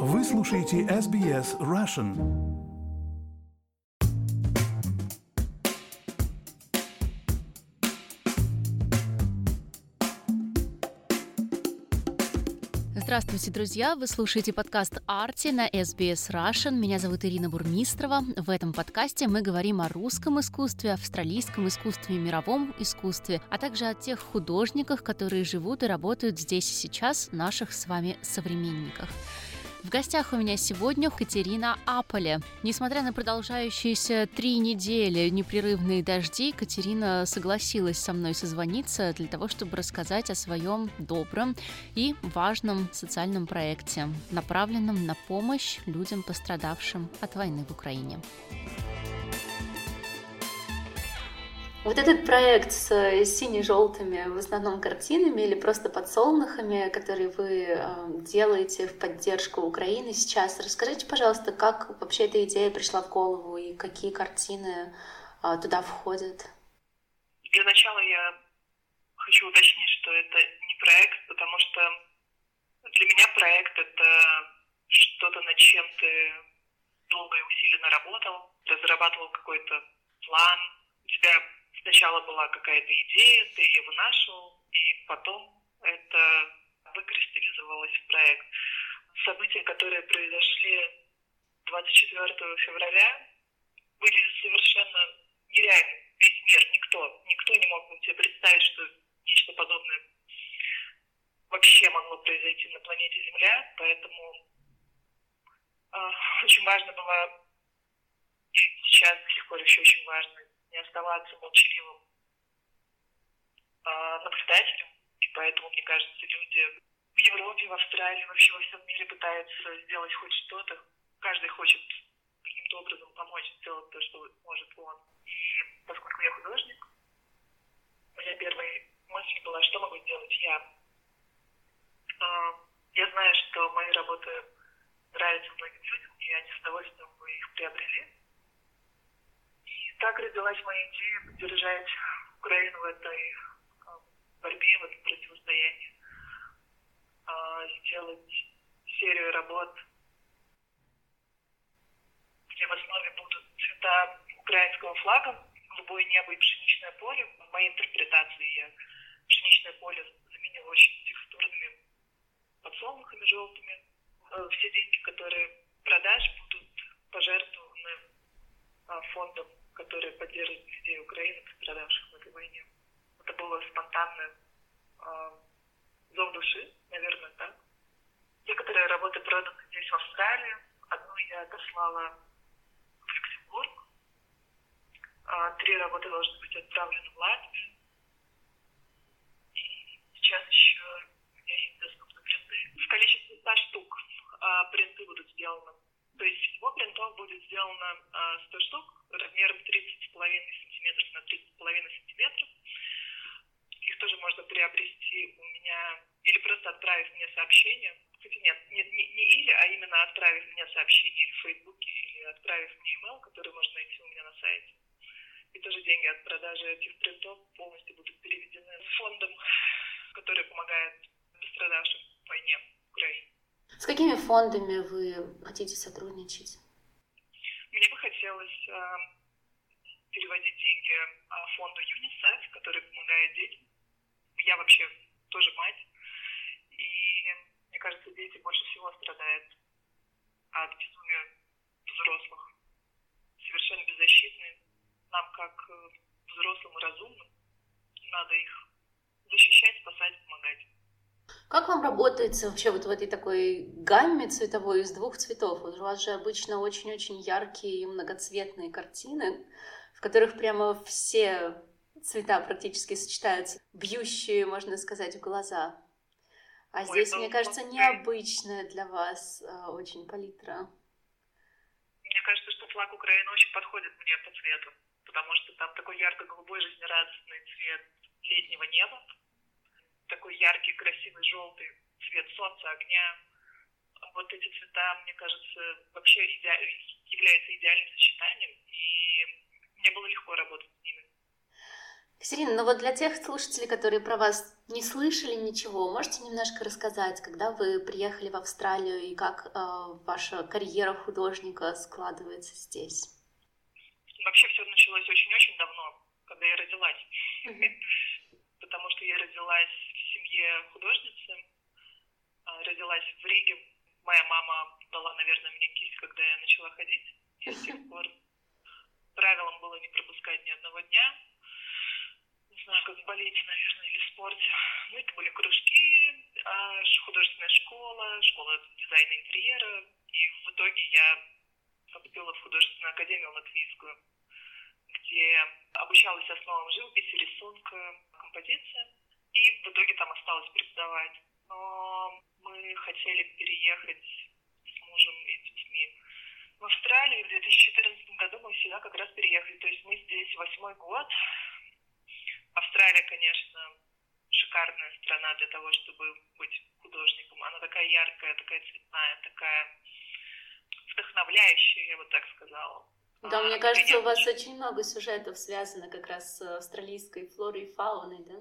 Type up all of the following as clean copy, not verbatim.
Вы слушаете SBS Russian. Здравствуйте, друзья! Вы слушаете подкаст «Арти» на SBS Russian. Меня зовут Ирина Бурмистрова. В этом подкасте мы говорим о русском искусстве, австралийском искусстве, мировом искусстве, а также о тех художниках, которые живут и работают здесь и сейчас, наших с вами современниках. В гостях у меня сегодня Катерина Аполе. Несмотря на продолжающиеся 3 недели непрерывные дожди, Катерина согласилась со мной созвониться для того, чтобы рассказать о своем добром и важном социальном проекте, направленном на помощь людям, пострадавшим от войны в Украине. Вот этот проект с сине-желтыми в основном картинами или просто подсолнухами, которые вы делаете в поддержку Украины сейчас, расскажите, пожалуйста, как вообще эта идея пришла в голову и какие картины туда входят? Для начала я хочу уточнить, что это не проект, потому что для меня проект — это что-то, над чем ты долго и усиленно работал, разрабатывал какой-то план, у тебя сначала была какая-то идея, ты ее вынашивал, и потом это выкристаллизовалось в проект. События, которые произошли 24 февраля, были совершенно нереальны. Весь мир, никто не мог себе представить, что нечто подобное вообще могло произойти на планете Земля, поэтому очень важно было, и сейчас до сих пор еще очень важно, не оставаться молчаливым наблюдателем. И поэтому, мне кажется, люди в Европе, в Австралии, вообще во всем мире пытаются сделать хоть что-то. Каждый хочет каким-то образом помочь сделать то, что может он. И поскольку я художник, моя первая мысль была, что могу сделать я. Я знаю, что мои работы нравятся многим людям, и они с удовольствием бы их приобрели. Так родилась моя идея поддержать Украину в этой борьбе, в этом противостоянии, сделать серию работ, где в основе будут цвета украинского флага, голубое небо и пшеничное поле. В моей интерпретации я пшеничное поле заменила очень текстурными подсолнухами желтыми. Все деньги, которые продашь, будут пожертвованы фондом, которые поддерживают людей Украины, пострадавших в этой войне. Это было спонтанное зов души, наверное, так. Некоторые работы проданы здесь, в Австралии. Одну я отослала в Люксембург. 3 работы должны быть отправлены в Латвию. И сейчас еще у меня есть доступны принты. В количестве 100 штук принты будут сделаны. То есть всего принтов будет сделано 100 штук размером 30,5 см на 30,5 см. Их тоже можно приобрести у меня или просто отправив мне сообщение. Кстати, нет, не или, а именно отправив мне сообщение или в Фейсбуке, или отправив мне email, который можно найти у меня на сайте. И тоже деньги от продажи этих принтов полностью будут переведены фондом, который помогает пострадавшим в войне в Украине. С какими фондами вы хотите сотрудничать? Мне бы хотелось переводить деньги фонду ЮНИСЕФ, который помогает детям. Я вообще тоже мать. И мне кажется, дети больше всего страдают от безумия взрослых. Совершенно беззащитные. Нам, как взрослым и разумным, надо их защищать, спасать, помогать. Как вам работается вообще вот в этой такой гамме цветовой из 2 цветов? Вот у вас же обычно очень-очень яркие и многоцветные картины, в которых прямо все цвета практически сочетаются, бьющие, можно сказать, в глаза. А здесь, мне кажется, необычная для вас очень палитра. Мне кажется, что флаг Украины очень подходит мне по цвету, потому что там такой ярко-голубой, жизнерадостный цвет летнего неба, такой яркий, красивый, желтый цвет солнца, огня. Вот эти цвета, мне кажется, вообще являются идеальным сочетанием, и мне было легко работать с ними. Екатерина, ну вот для тех слушателей, которые про вас не слышали ничего, можете немножко рассказать, когда вы приехали в Австралию и как ваша карьера художника складывается здесь? Вообще все началось очень-очень давно, когда я родилась. Потому что я родилась в семье художницы, родилась в Риге. Моя мама дала, наверное, мне кисть, когда я начала ходить. И с тех пор правилом было не пропускать ни одного дня. Не знаю, как в балете, наверное, или в спорте. Ну, это были кружки, художественная школа, школа дизайна интерьера. И в итоге я поступила в художественную академию латвийскую, где обучалась основам живописи, рисунка, композиции. И в итоге там осталось преподавать. Но мы хотели переехать с мужем и детьми в Австралию. В 2014 году мы сюда как раз переехали. То есть мы здесь 8-й год. Австралия, конечно, шикарная страна для того, чтобы быть художником. Она такая яркая, такая цветная, такая вдохновляющая, я бы так сказала. Да, мне кажется, у вас очень много сюжетов связано как раз с австралийской флорой и фауной, да?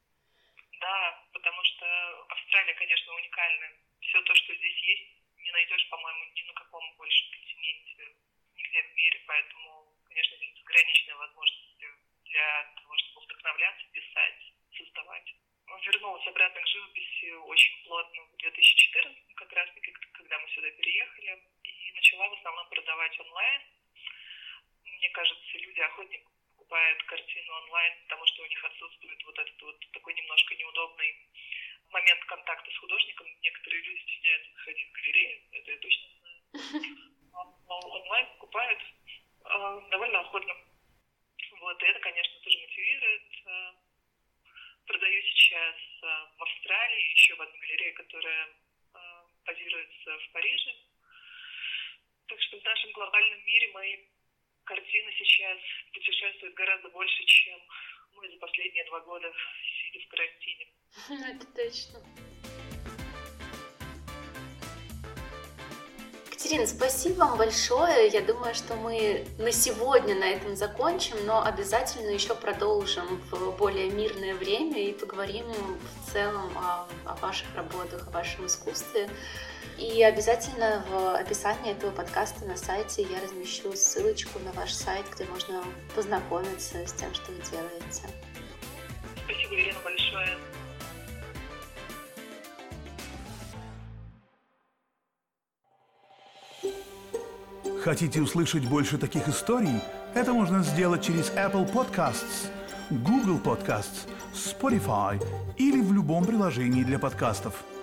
Да, потому что Австралия, конечно, уникальна. Все то, что здесь есть, не найдешь, по-моему, ни на каком большем континенте, нигде в мире. Поэтому, конечно, здесь бесконечные возможности для того, чтобы вдохновляться, писать, создавать. Вернулась обратно к живописи очень плотно в 2014, как раз-таки, когда мы сюда переехали, и начала в основном продавать онлайн. Мне кажется, люди охотнее покупают картину онлайн, потому что у них отсутствует вот этот вот такой немножко неудобный момент контакта с художником. Некоторые люди стесняются заходить в галерею, это я точно знаю. Но онлайн покупают довольно охотно. Вот, и это, конечно, тоже мотивирует. Продаю сейчас в Австралии, еще в одной галерее, которая базируется в Париже. Так что в нашем глобальном мире мои картины сейчас путешествуют гораздо больше, чем мы за последние 2 года сидя в карантине. Это точно. Екатерина, спасибо вам большое. Я думаю, что мы на сегодня на этом закончим, но обязательно еще продолжим в более мирное время и поговорим в целом о ваших работах, о вашем искусстве. И обязательно в описании этого подкаста на сайте я размещу ссылочку на ваш сайт, где можно познакомиться с тем, что вы делаете. Спасибо, Ирина, большое. Хотите услышать больше таких историй? Это можно сделать через Apple Podcasts, Google Podcasts, Spotify или в любом приложении для подкастов.